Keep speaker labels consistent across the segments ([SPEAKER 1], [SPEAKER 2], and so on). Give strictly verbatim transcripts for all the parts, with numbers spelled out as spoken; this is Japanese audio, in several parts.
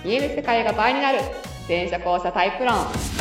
[SPEAKER 1] 見える世界が倍になる全社交差タイプ論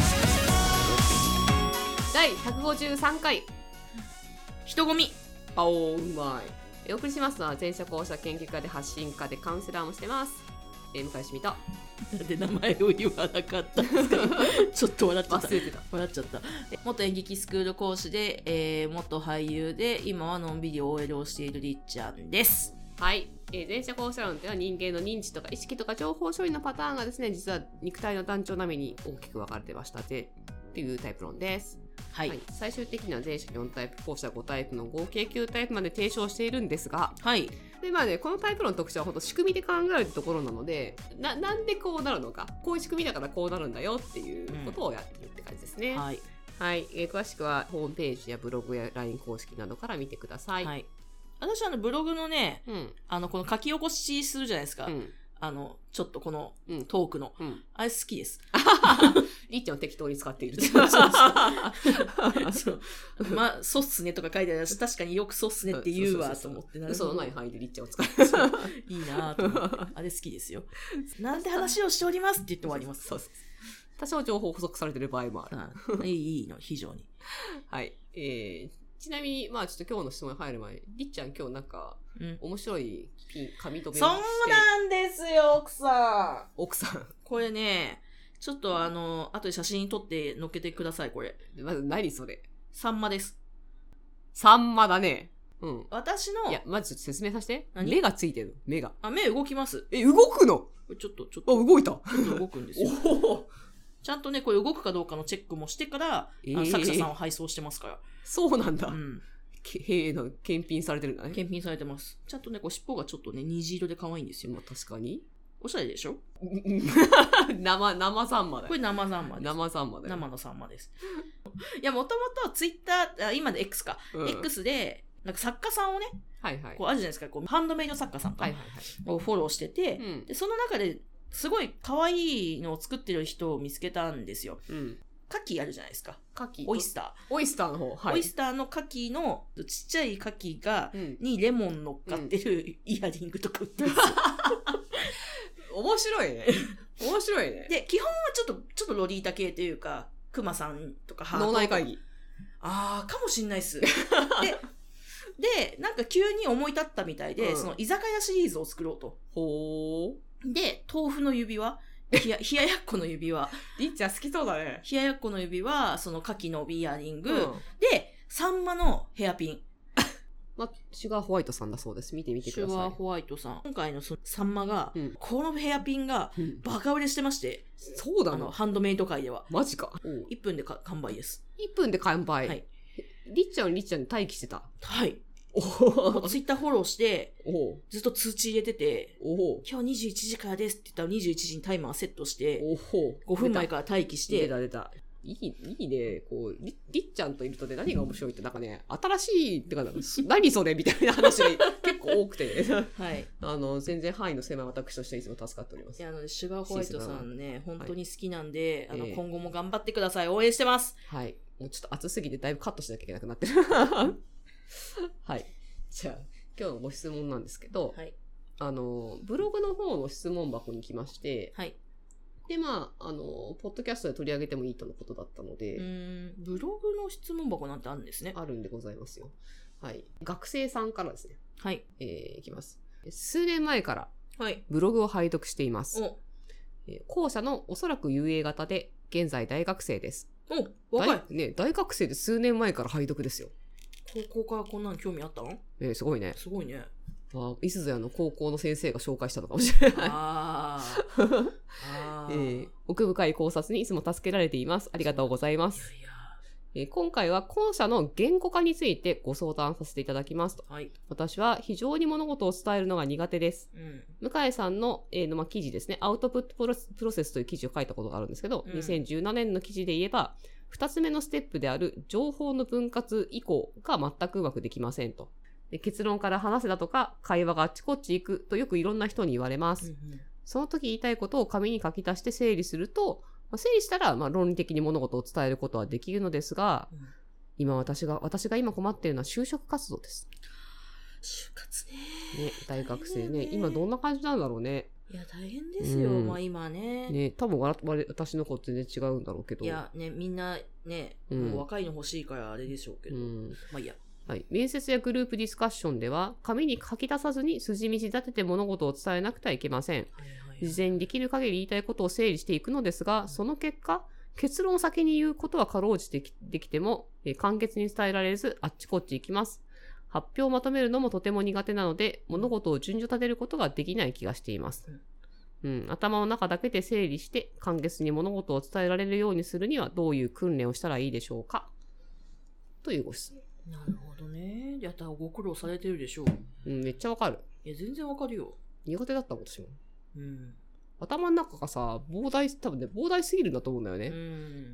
[SPEAKER 1] だいひゃくごじゅうさんかい
[SPEAKER 2] 人混み
[SPEAKER 1] あおうまい。お送りしますのは全社交差研究家で発信家でカウンセラーもしてます、えー、向井しみと。
[SPEAKER 2] なんで名前を言わなかったんですかちょっと笑っちゃった
[SPEAKER 1] 忘れてた
[SPEAKER 2] 笑っちゃった元演劇スクール講師で、えー、元俳優で今はのんびり オーエル をしているりっちゃんです。
[SPEAKER 1] はい、えー、前者後者論というのは人間の認知とか意識とか情報処理のパターンがですね、実は肉体の団長並みに大きく分かれてましたぜっていうタイプ論です。
[SPEAKER 2] はい、
[SPEAKER 1] はい、最終的には前者よんタイプ後者ごタイプの合計きゅうタイプまで提唱しているんですが、
[SPEAKER 2] はい
[SPEAKER 1] でまあね、このタイプ論の特徴は本当仕組みで考えるところなので な, なんでこうなるのか、こういう仕組みだからこうなるんだよっていうことをやってるって感じですね、
[SPEAKER 2] うん、はい、
[SPEAKER 1] はいえー、詳しくはホームページやブログや ライン 公式などから見てください。
[SPEAKER 2] はい、私あのブログのね、うん、あのこの書き起こしするじゃないですか、うん、あのちょっとこのトークの、うん、あれ好きです
[SPEAKER 1] りっちゃんを適当に使っている
[SPEAKER 2] そうそうそうまあそうっすねとか書いてある、確かによくそうっすねって言うわと思って、
[SPEAKER 1] 嘘のない範囲でりっちゃんを使う
[SPEAKER 2] いいなと思ってあれ好きですよなんて話をしておりますって言って終わります。
[SPEAKER 1] そうそうそう、多少情報補足されてる場合もある、
[SPEAKER 2] うん、いいいいの非常に
[SPEAKER 1] はいえーちなみに、まあちょっと今日の質問に入る前に、りっちゃん今日なんか、うん、面白いピン、紙留めをして。
[SPEAKER 2] そうなんですよ、奥さん。
[SPEAKER 1] 奥さん。
[SPEAKER 2] これね、ちょっとあの、後で写真撮って載っけてください、これ。
[SPEAKER 1] まず何それ？
[SPEAKER 2] サンマです。
[SPEAKER 1] サンマだね。うん。
[SPEAKER 2] 私の。
[SPEAKER 1] いや、まずちょっと説明させて。目がついてる。目が。
[SPEAKER 2] あ、目動きます。
[SPEAKER 1] え、動くの？
[SPEAKER 2] ちょっと、ちょっと。
[SPEAKER 1] あ、動いた。
[SPEAKER 2] ちょっと動くんですよ。おちゃんとね、これ動くかどうかのチェックもしてから、えー、作者さんを配送してますから。
[SPEAKER 1] そうなんだ。
[SPEAKER 2] うん。
[SPEAKER 1] への検品されてるんだね。
[SPEAKER 2] 検品されてます。ちゃんとね、こう尻尾がちょっとね、虹色で可愛いんですよ。
[SPEAKER 1] まあ、確かに。
[SPEAKER 2] おしゃれでしょ
[SPEAKER 1] 生、生サンマだよ。
[SPEAKER 2] これ生サンマです。
[SPEAKER 1] 生サンマだよ。
[SPEAKER 2] 生のサンマです。いや、もともとツイッター、今で X か。うん、X で、なんか作家さんをね、
[SPEAKER 1] はいはい。
[SPEAKER 2] こうあるじゃないですか、こうハンドメイド作家さんか。はいはいはい。をフォローしてて、うん、で、その中ですごい可愛いのを作ってる人を見つけたんですよ。うん。カキあるじゃないですか。
[SPEAKER 1] カキ。
[SPEAKER 2] オイスター。
[SPEAKER 1] オイスターの方。
[SPEAKER 2] はい。オイスターのカキのちっちゃいカキが、うん、にレモン乗っかってるイヤリングとか売ってるんですよ。
[SPEAKER 1] うん、面白いね。面白いね。
[SPEAKER 2] で、基本はちょっと、ちょっとロリータ系というか、クマさんとかハートとか。
[SPEAKER 1] 脳内会議。
[SPEAKER 2] あー、かもしんないっす。で、で、なんか急に思い立ったみたいで、うん、その居酒屋シリーズを作ろうと。
[SPEAKER 1] ほ
[SPEAKER 2] ー。で、豆腐の指輪。ひや、冷ややっこの指輪。
[SPEAKER 1] りっちゃん好きそうだね。
[SPEAKER 2] 冷ややっこの指輪、その牡蠣のイヤリング、うん、で、サンマのヘアピン。
[SPEAKER 1] まあ、シュガーホワイトさんだそうです。見てみてください。
[SPEAKER 2] シュガーホワイトさん。今回のそのサンマが、うん、このヘアピンがバカ売れしてまして。
[SPEAKER 1] うん、そうだな。あの、
[SPEAKER 2] ハンドメイド界では。
[SPEAKER 1] マジか。
[SPEAKER 2] いっぷんでか完売です。
[SPEAKER 1] いっぷんで完売。
[SPEAKER 2] はい。
[SPEAKER 1] りっちゃんはりっちゃんで待機してた。
[SPEAKER 2] はい。ツイッターフォローして、ずっと通知入れてて、今日にじゅういちじからですって言ったらにじゅういちじにタイマーセットして、ごふんまえから待機して。
[SPEAKER 1] 出た出た。いい、いいね。こう、り、りっちゃんといるとね、何が面白いって、なんかね、新しい、ってか、何それみたいな話が結構多くてね。
[SPEAKER 2] はい。
[SPEAKER 1] あの、全然範囲の狭い私としていつも助かっております。
[SPEAKER 2] いや、あの、シュガーホワイトさんね、本当に好きなんで、はい、あの、えー、今後も頑張ってください。応援してます。
[SPEAKER 1] はい。もうちょっと熱すぎてだいぶカットしなきゃいけなくなってる。はい。じゃあ、今日のご質問なんですけど、はい、あの、ブログの方の質問箱に来まして、はい、で、まあ、あの、ポッドキャストで取り上げてもいいとのことだったので、
[SPEAKER 2] うーん、ブログの質問箱なんてあるんですね。
[SPEAKER 1] あるんでございますよ。はい。学生さんからですね。
[SPEAKER 2] はい。
[SPEAKER 1] えー、いきます。数年前から、
[SPEAKER 2] はい。
[SPEAKER 1] ブログを拝読しています。おえー、後者のおそらく遊泳型で、現在大学生です。
[SPEAKER 2] お、若
[SPEAKER 1] い。ね、大学生で数年前から拝読ですよ。
[SPEAKER 2] 高校からこんなの興味あったの？
[SPEAKER 1] えー、すごいね。
[SPEAKER 2] すごいね。
[SPEAKER 1] あ、いすぞやの高校の先生が紹介したのかもしれない。
[SPEAKER 2] あ
[SPEAKER 1] あ、えー。奥深い考察にいつも助けられています。ありがとうございます。いやいや、えー、今回は後者の言語化についてご相談させていただきますと。はい、私は非常に物事を伝えるのが苦手です。うん、向井さんの、えーのまあ、記事ですね、アウトプットプロ、プロセスという記事を書いたことがあるんですけど、うん、にせんじゅうななねんの記事で言えば、二つ目のステップである情報の分割以降が全くうまくできませんと。で、結論から話せだとか、会話があっちこっち行くとよくいろんな人に言われます。うんうん、その時言いたいことを紙に書き出して整理すると、まあ、整理したらまあ論理的に物事を伝えることはできるのですが、うん、今私が、私が今困っているのは就職活動です。
[SPEAKER 2] 就活ね。
[SPEAKER 1] ね、大学生ね。今どんな感じなんだろうね。
[SPEAKER 2] いや、大変ですよ。うん、まあ今ね。
[SPEAKER 1] ね、多分私の子全然違うんだろうけど。
[SPEAKER 2] いや、ね、みんなね、うん、もう若いの欲しいからあれでしょうけど。うん、まあいいや。
[SPEAKER 1] はい。面接やグループディスカッションでは、紙に書き出さずに筋道立てて物事を伝えなくてはいけません。はいはいはい、事前にできる限り言いたいことを整理していくのですが、その結果、結論を先に言うことはかろうじてできても、えー、簡潔に伝えられず、あっちこっち行きます。発表をまとめるのもとても苦手なので、物事を順序立てることができない気がしています。うん、頭の中だけで整理して、簡潔に物事を伝えられるようにするには、どういう訓練をしたらいいでしょうか、というご質問。
[SPEAKER 2] なるほどね。やったらご苦労されてるでしょ
[SPEAKER 1] う。うん、めっちゃわかる。
[SPEAKER 2] いや、全然わかるよ。
[SPEAKER 1] 苦手だった私も。
[SPEAKER 2] うん。
[SPEAKER 1] 頭の中がさ、膨大、多分ね、膨大すぎるんだと思うんだよね。うん、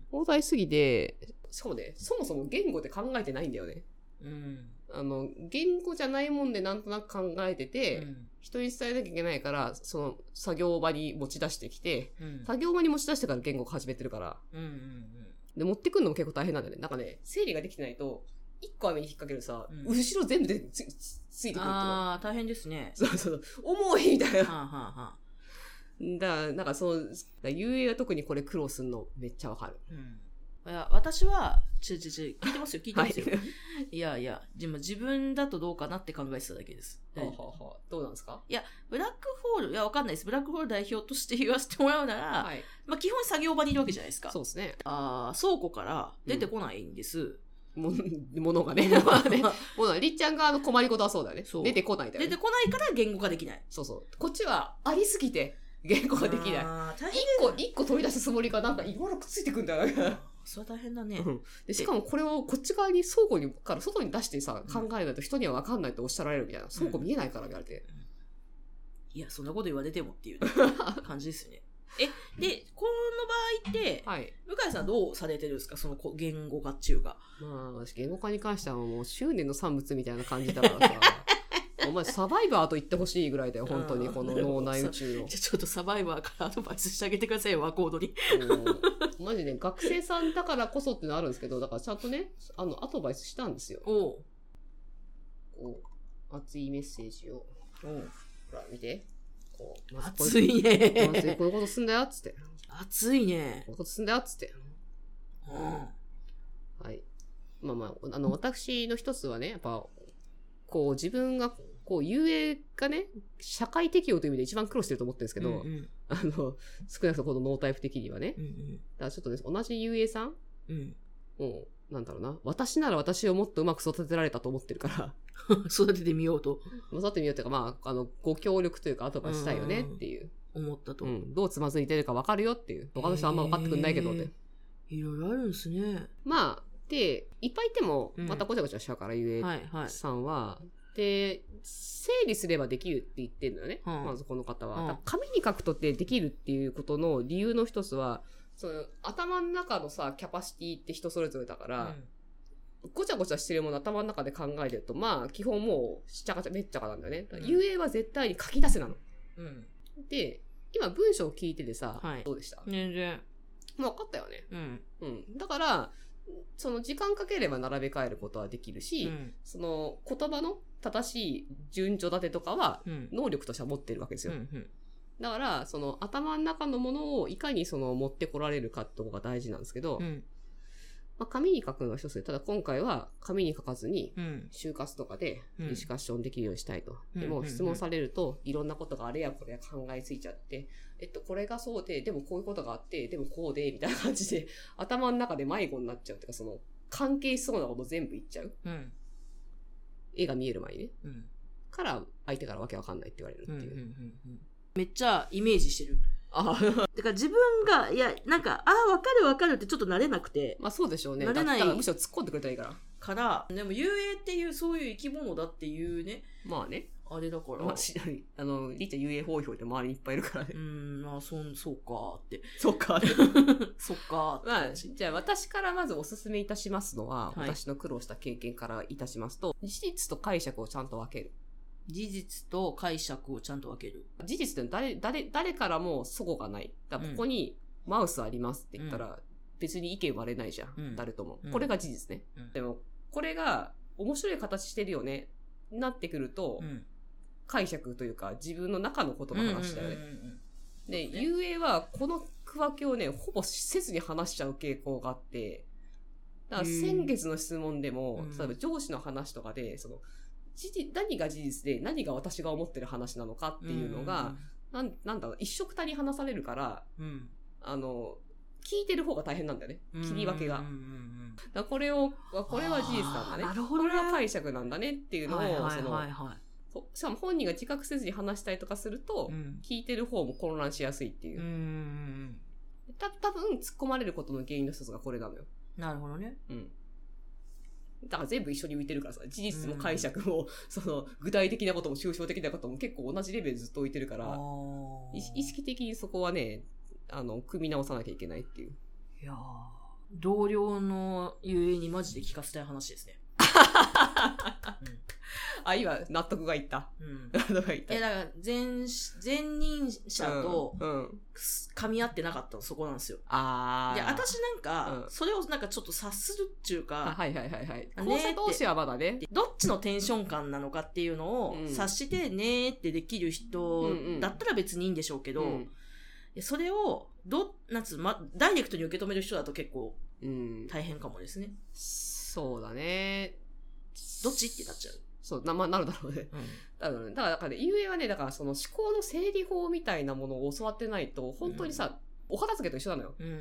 [SPEAKER 1] 膨大すぎて、そうね、そもそも言語で考えてないんだよね。うん。あの、言語じゃないもんでなんとなく考えてて、うん、人に伝えなきゃいけないから、その作業場に持ち出してきて、うん、作業場に持ち出してから言語を始めてるから、うんうんうん、で、持ってくるのも結構大変なんだよね。なんかね、整理ができてないと、一個網に引っ掛けるさ、うん、後ろ全部で つ, つ, ついてくるって
[SPEAKER 2] ああ、大変ですね。
[SPEAKER 1] そうそう。重いみたいな。はあはあはあ、だから、なんかそう、遊泳は特にこれ苦労するのめっちゃわかる。うん、いや私は、ちょちょちょ、聞いてますよ、聞いてますよ。はい、いやいや、でも自分だとどうかなって考えてただけです。 はあはあはあ、どうなんですか？
[SPEAKER 2] いや、ブラックホール、いや、わかんないです。ブラックホール代表として言わせてもらうなら、はい、まあ基本作業場にいるわけじゃないですか。
[SPEAKER 1] そうですね。
[SPEAKER 2] ああ、倉庫から出てこないんです。うん
[SPEAKER 1] ものがね。ものね。ものりっちゃんがあの困りごとはそうだよね。出てこないだよね。
[SPEAKER 2] 出てこないから言語化できない。
[SPEAKER 1] そうそう。こっちはありすぎて言語化できない。一個、一個取り出すつもりがなんかいろいろくっついてくんだよ。
[SPEAKER 2] それは大変だね、
[SPEAKER 1] うん。で、しかもこれをこっち側に倉庫にから外に出してさ、考えないと人には分かんないとおっしゃられるみたいな。倉庫見えないから言われて、
[SPEAKER 2] うん。いや、そんなこと言われてもっていう感じですね。え、で、この場合って、はい、向井さんどうされてるんですかその言語化っちゅうか。
[SPEAKER 1] まあ、私言語化に関してはもう執念の産物みたいな感じだからさ。お前サバイバーと言ってほしいぐらいだよ、本当に、この脳内宇宙の。
[SPEAKER 2] じゃちょっとサバイバーからアドバイスしてあげてくださいよ、ワコードに。
[SPEAKER 1] マジね、学生さんだからこそってのあるんですけど、だからちゃんとね、あの、アドバイスしたんですよ。おう。こう、熱いメッセージを。おう。ほら、見て。こうま、
[SPEAKER 2] 熱いね。
[SPEAKER 1] まずこういうことすんだよ、つって。
[SPEAKER 2] 熱いね。
[SPEAKER 1] こういうことすんだよ、つって。うん。はい。まあまあ、あの、私の一つはね、やっぱ、こう、自分が、こう、遊泳がね、社会適応という意味で一番苦労してると思ってるんですけど、うんうん、あの、少なくともこのノータイプ的にはね。うんうん、だからちょっとね、同じ遊泳さん、うん、もう、なんだろうな、私なら私をもっとうまく育てられたと思ってるから。
[SPEAKER 2] 育ててみようと。
[SPEAKER 1] 育ててみようというか、まあ、あの、ご協力というかアドバイスしたいよねっていう。
[SPEAKER 2] 思ったと。
[SPEAKER 1] うん。どうつまずいてるか分かるよっていう。他の人あんま分かってくんないけどって。
[SPEAKER 2] いろいろあるんですね。
[SPEAKER 1] まあ、で、いっぱいいても、またごちゃごちゃしちゃうから、ゆえさんは。はいはい、で、整理すればできるって言ってるのよね。うん、まずこの方は。うん、紙に書くとってできるっていうことの理由の一つは、その頭の中のさ、キャパシティって人それぞれだから、うん、ごちゃごちゃしてるもの頭の中で考えてると、まあ、基本もう、しっちゃかちゃ、めっちゃかなんだよね。うん、遊泳は絶対に書き出せなの。うん、で、今文章を聞いててさ、はい、どうでした？
[SPEAKER 2] 全然。
[SPEAKER 1] もう分かったよね。うん。うん。だから、その時間かければ並べ替えることはできるし、うん、その言葉の正しい順序立てとかは能力としては持ってるわけですよ。うんうん、だから、その頭の中のものをいかにその持ってこられるかってとこが大事なんですけど、うんまあ、紙に書くのが一つで、ただ今回は紙に書かずに、就活とかでディスカッションできるようにしたいと。うん、でも質問されると、いろんなことがあれやこれや考えついちゃって、えっと、これがそうで、でもこういうことがあって、でもこうで、みたいな感じで、頭の中で迷子になっちゃうっていうか、その、関係しそうなこと全部言っちゃう。うん、絵が見える前にね。うん、から、相手からわけわかんないって言われるっていう。うんうんうんうん、
[SPEAKER 2] めっちゃイメージしてる。ああ。だから自分が、いや、なんか、ああ、わかるわかるってちょっと慣れなくて。
[SPEAKER 1] まあそうでしょうね。慣れない。だからむしろ突っ込んでくれたらいいから。
[SPEAKER 2] から、でも遊泳っていうそういう生き物だっていうね。
[SPEAKER 1] まあね。
[SPEAKER 2] あれだから。
[SPEAKER 1] まあ、あの、りっちゃん遊泳ホイホイって周りにいっぱいいるからね。
[SPEAKER 2] うん、まあ、そん、そうかって。
[SPEAKER 1] そうか。
[SPEAKER 2] そっかって。
[SPEAKER 1] まあ、じゃあ私からまずおすすめいたしますのは、はい、私の苦労した経験からいたしますと、事実と解釈をちゃんと分ける。
[SPEAKER 2] 事実と解釈をちゃんと分ける。
[SPEAKER 1] 事実って誰、誰、誰からも齟齬がない。だからここにマウスありますって言ったら、別に意見割れないじゃん。うん、誰とも、うん。これが事実ね。うん、でも、これが面白い形してるよね。 なってくると、うん、解釈というか自分の中のことの話だよね。で、遊泳はこの区分けをね、ほぼせずに話しちゃう傾向があって、だから先月の質問でも、例えば上司の話とかで、その、何が事実で何が私が思ってる話なのかっていうのが、なん、なんだろう、一緒くたに話されるから、うん、あの、聞いてる方が大変なんだよね。切り分けが。だからこれを、これは事実なんだね。なるほどね。これは解釈なんだねっていうのを、はいはいはいはい、その、しかも本人が自覚せずに話したりとかすると、うん、聞いてる方も混乱しやすいっていう。うん、た多分、突っ込まれることの原因の一つがこれなのよ。
[SPEAKER 2] なるほどね。うん。
[SPEAKER 1] だから全部一緒に浮いてるからさ、事実も解釈も、うん、その、具体的なことも抽象的なことも結構同じレベルずっと浮いてるから、意識的にそこはね、あの、組み直さなきゃいけないっていう。
[SPEAKER 2] いやー、同僚のゆえにマジで聞かせたい話ですね。
[SPEAKER 1] うんあ、今、納得がいった。うん。納得がいった。
[SPEAKER 2] いや、だから、前、前任者と、噛み合ってなかったの、そこなんですよ。ああ。で、私なんか、それをなんかちょっと察するっていうか、
[SPEAKER 1] はいはいはいはい。校舎同士はまだね。
[SPEAKER 2] どっちのテンション感なのかっていうのを察してねーってできる人だったら別にいいんでしょうけど、それを、ど、なんつう、ま、ダイレクトに受け止める人だと結構、大変かもですね。
[SPEAKER 1] そうだね。
[SPEAKER 2] どっちってなっちゃう。
[SPEAKER 1] そう、な、まあ、なるだろうね。うん。だから、だから、だからね、遊泳はね、だからその思考の整理法みたいなものを教わってないと、本当にさ、うん、お片付けと一緒なのよ。うん。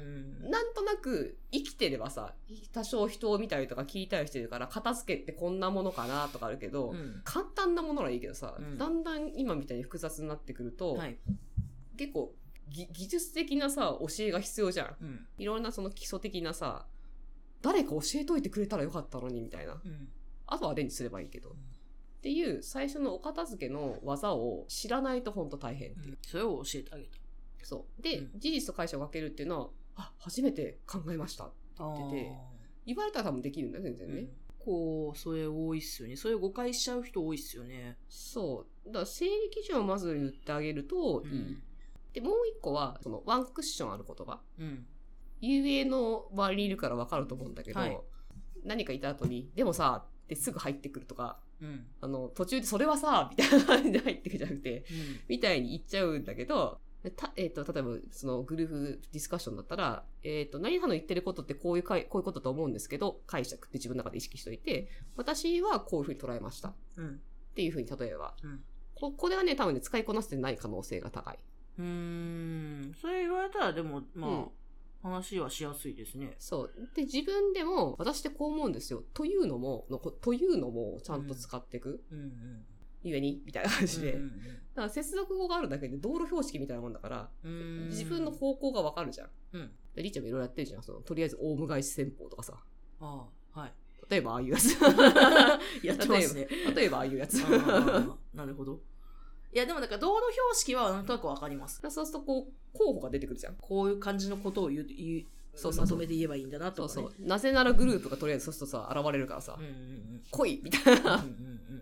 [SPEAKER 1] なんとなく、生きてればさ、多少人を見たりとか聞いたりしてるから、片付けってこんなものかなとかあるけど、うん、簡単なものはいいけどさ、うん、だんだん今みたいに複雑になってくると、はい、結構、技術的なさ、教えが必要じゃん。うん。いろんなその基礎的なさ、誰か教えといてくれたらよかったのに、みたいな。うん。あとはアレンジすればいいけど。うん、っていう最初のお片付けの技を知らないとほんと大変っていう。うん、
[SPEAKER 2] それを教えてあげた。
[SPEAKER 1] そう。で、うん、事実と解釈を分けるっていうのは、あ、初めて考えましたって言ってて、言われたら多分できるんだよ、全然ね。うん、
[SPEAKER 2] こう、それ多いっすよね。それ誤解しちゃう人多いっすよね。
[SPEAKER 1] そう。だから整理基準をまず言ってあげるといい。うん、で、もう一個は、その、ワンクッションある言葉。うん。遊泳の周りにいるから分かると思うんだけど、はい、何か言った後に、でもさ、ってすぐ入ってくるとか、うん、あの、途中でそれはさ、みたいな感じで入ってくるじゃなくて、うん、みたいに言っちゃうんだけど、たえっ、ー、と、例えば、そのグループディスカッションだったら、えっ、ー、と、何々の言ってることってこういうかい、こういうことと思うんですけど、解釈って自分の中で意識しといて、私はこういうふうに捉えました。うん、っていうふうに、例えば、うん、ここれはね、多分ね、使いこなせてない可能性が高い。
[SPEAKER 2] うーん。それ言われたら、でも、まあ、うん話はしやすいですね。
[SPEAKER 1] そう。で、自分でも、私ってこう思うんですよ。というのも、のというのもちゃんと使っていく。うんうんうん、ゆえにみたいな感じで。うんうんうん、だから接続語があるだけで道路標識みたいなもんだから、うん自分の方向がわかるじゃん。うん。でリーちゃんもいろいろやってるじゃん。そのとりあえず、オウム返し戦法とかさ。
[SPEAKER 2] ああ、はい。
[SPEAKER 1] 例えば、ああいうやつ。
[SPEAKER 2] やってますね。
[SPEAKER 1] 例えば、ああいうやつ。
[SPEAKER 2] なるほど。いや、でもなんか道路標識はなんとなくわかります。
[SPEAKER 1] そうするとこう、候補が出てくるじゃん。
[SPEAKER 2] こういう感じのことを言う、言う、そうそうそうまとめて言えばいいんだなとか、ね。そうそう。
[SPEAKER 1] なぜならグループがとりあえずそうするとさ、現れるからさ、うんうんうん、来いみたいな。うんうんうんうん。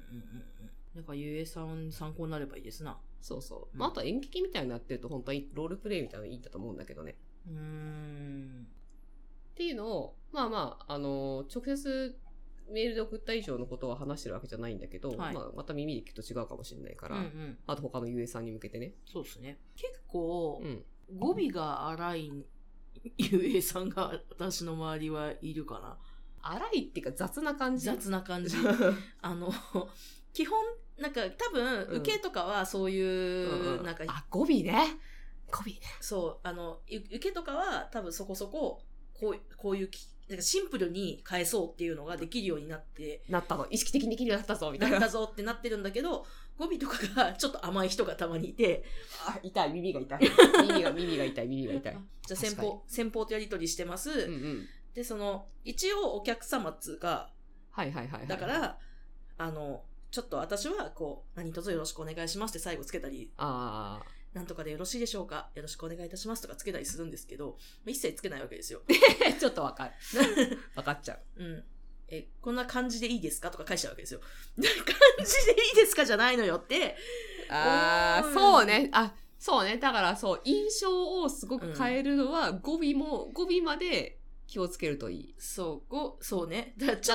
[SPEAKER 2] なんか、ゆえさん参考になればいいですな。
[SPEAKER 1] そうそう。うん、まあ、あとは演劇みたいになってると本当はロールプレイみたいなのいいんだと思うんだけどね。うーん。っていうのを、まあまあ、あの、直接、メールで送った以上のことは話してるわけじゃないんだけど、はい、まあ、また耳で聞くと違うかもしれないから、うんうん、あと他のゆえさんに向けてね。
[SPEAKER 2] そうですね。結構、うん、語尾が荒いゆえさんが私の周りはいるかな。
[SPEAKER 1] 荒いっていうか雑な感じ
[SPEAKER 2] 雑な感じ。あの、基本、なんか多分、受けとかはそういう、うん、なんか、
[SPEAKER 1] あ、語尾ね。語尾ね。
[SPEAKER 2] そう、あの、受けとかは多分そこそこ、こう、こういう、なんかシンプルに返そうっていうのができるようになって。
[SPEAKER 1] なったの。意識的にできるようになったぞ、みたいな。
[SPEAKER 2] なったぞってなってるんだけど、語尾とかがちょっと甘い人がたまにいて。
[SPEAKER 1] あ、痛い、耳が痛い。耳が、耳が痛い、耳が痛い。
[SPEAKER 2] じゃあ先方、先方とやりとりしてます。うんうん、で、その、一応お客様っつうか、
[SPEAKER 1] はいはいはい、はい。
[SPEAKER 2] だから、あの、ちょっと私は、こう、何卒よろしくお願いしますって最後つけたり。ああ。なんとかでよろしいでしょうかよろしくお願いいたしますとかつけたりするんですけど、一切つけないわけですよ。
[SPEAKER 1] ちょっとわかる。わかっちゃう。
[SPEAKER 2] うん。え、こんな感じでいいですかとか返しちゃうわけですよ。感じでいいですかじゃないのよって。
[SPEAKER 1] ああ、そうね。あ、そうね。だからそう、印象をすごく変えるのは、うん、語尾も、語尾まで気をつけるといい。
[SPEAKER 2] そう、語、そうね。だからちょ、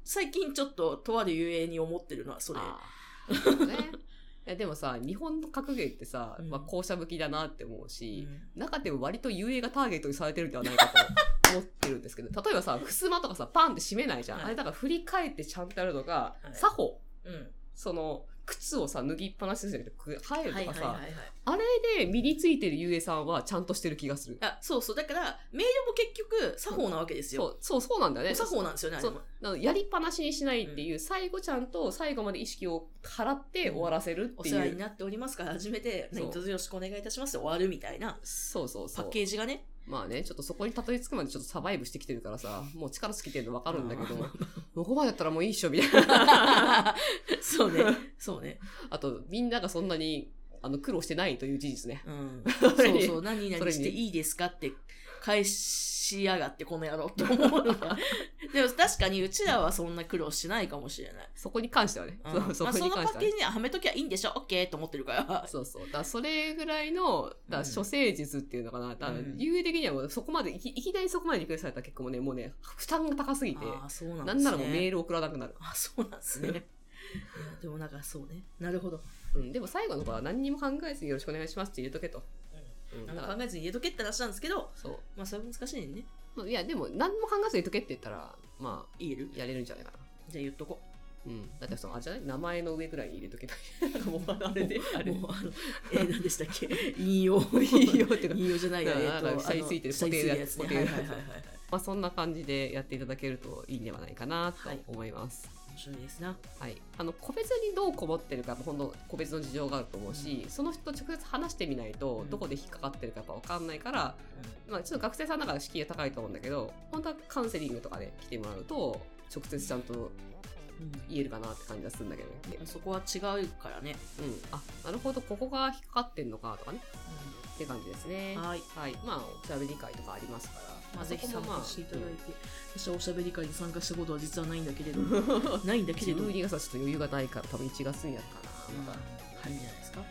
[SPEAKER 2] 最近ちょっととあるゆえに思ってるのはそれ。
[SPEAKER 1] あーねいやでもさ、日本の格ゲーってさ、うん、まあ、校舎向きだなって思うし、うん、中でも割と遊泳がターゲットにされてるんではないかと思ってるんですけど、例えばさ、襖とかさ、パンって閉めないじゃん。はい、あれだから振り返ってちゃんとやるのが、はい、作法。うん、その、靴をさ、脱ぎっぱなしにすると入るとかさ、はいはいはいはい、あれで身についてるゆえさんはちゃんとしてる気がする。
[SPEAKER 2] あ、そうそう。だから、メールも結局、作法なわけですよ。
[SPEAKER 1] そう、そう、そうなんだよね。
[SPEAKER 2] 作法なんですよね、あれも。
[SPEAKER 1] そうやりっぱなしにしないっていう、うん、最後ちゃんと最後まで意識を払って終わらせるっていう。
[SPEAKER 2] お世話になっておりますから、初めて、何卒よろしくお願いいたしますって終わるみたいな。
[SPEAKER 1] そうそうそう。
[SPEAKER 2] パッケージがね。
[SPEAKER 1] まあね、ちょっとそこにたどり着くまでちょっとサバイブしてきてるからさ、もう力尽きてるの分かるんだけど、どこまでやったらもういいっしょ、みたいな。
[SPEAKER 2] そうね。そうね。
[SPEAKER 1] あと、みんながそんなにあの苦労してないという事実ね。
[SPEAKER 2] うん。そうそう、何々していいですかって返しやがって、この野郎って思うのが。でも確かにうちらはそんな苦労しないかもしれない。
[SPEAKER 1] そこに関してはね。
[SPEAKER 2] うん、そ, そこに関しては、ね、まあ、そのパッケージにははめときゃいいんでしょ ?OK と思ってるから。
[SPEAKER 1] そうそう。だからそれぐらいの、だ処世術っていうのかな。だから有的にはもうそこまでいき、いきなりそこまでリクエストされたら結構もうね、もうね、負担が高すぎて。
[SPEAKER 2] あ、そうなんですね。
[SPEAKER 1] なんならもうメール送らなくなる。
[SPEAKER 2] あ、そうなんですね。いやでもなんかそうね。なるほど。
[SPEAKER 1] うん、でも最後の子は何にも考えずによろしくお願いしますって入れとけと。
[SPEAKER 2] うん。なんか考えずに入れとけって話なんですけど、そう。まあそれ難しいね。
[SPEAKER 1] いや、でも何も考えずに入れとけって言ったら、まあ、
[SPEAKER 2] 言える
[SPEAKER 1] やれるんじゃないかな。
[SPEAKER 2] じゃあ言っとこ
[SPEAKER 1] う。うん。だってその、あれじゃない名前の上ぐらいに入れとけばいい。なんかもうあれで、あれ。
[SPEAKER 2] もうあの、えー、何でしたっけ引用。
[SPEAKER 1] 引用っていうか。
[SPEAKER 2] 引用じゃないや、え
[SPEAKER 1] ーと、下についてる固定のやつ。固定のやつ。
[SPEAKER 2] はいはいはいはい。
[SPEAKER 1] まあそんな感じでやっていただけるといいんではないかなと思います。
[SPEAKER 2] はい、面白いですな。
[SPEAKER 1] はい。あの、個別にどうこもってるか、ほんと個別の事情があると思うし、うん、その人と直接話してみないと、どこで引っかかってるかやっぱわかんないから、うん、まあちょっと学生さんだから敷居が高いと思うんだけど、本当はカウンセリングとかで来てもらうと、直接ちゃんと言えるかなって感じがするんだけどね。
[SPEAKER 2] うん、そこは違うからね。
[SPEAKER 1] うん。あ、なるほど、ここが引っかかってんのかとかね。うん、って感じですね。
[SPEAKER 2] はい。
[SPEAKER 1] はい。まあ、おしゃべり会とかありますから。
[SPEAKER 2] まあ、ぜひ参加していただいて、うん、私はおしゃべり会に参加したことは実はないんだけれどないんだけれど
[SPEAKER 1] じゅうにがつはちょっと余裕がないから多分いちがつにやるかな、また、
[SPEAKER 2] はい、いいんじゃないですか。はい、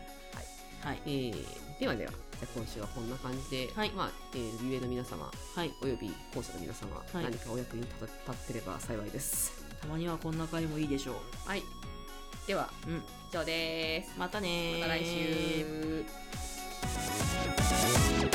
[SPEAKER 1] はいえー、ではではじゃ今週はこんな感じで、はいまあえー、ゆえの皆様、はい、および校舎の皆様、はい、何かお役に立ってれば幸いです。
[SPEAKER 2] たまにはこんな会もいいでしょう。
[SPEAKER 1] はい、では、うん、以上です。
[SPEAKER 2] またねー。
[SPEAKER 1] また来週。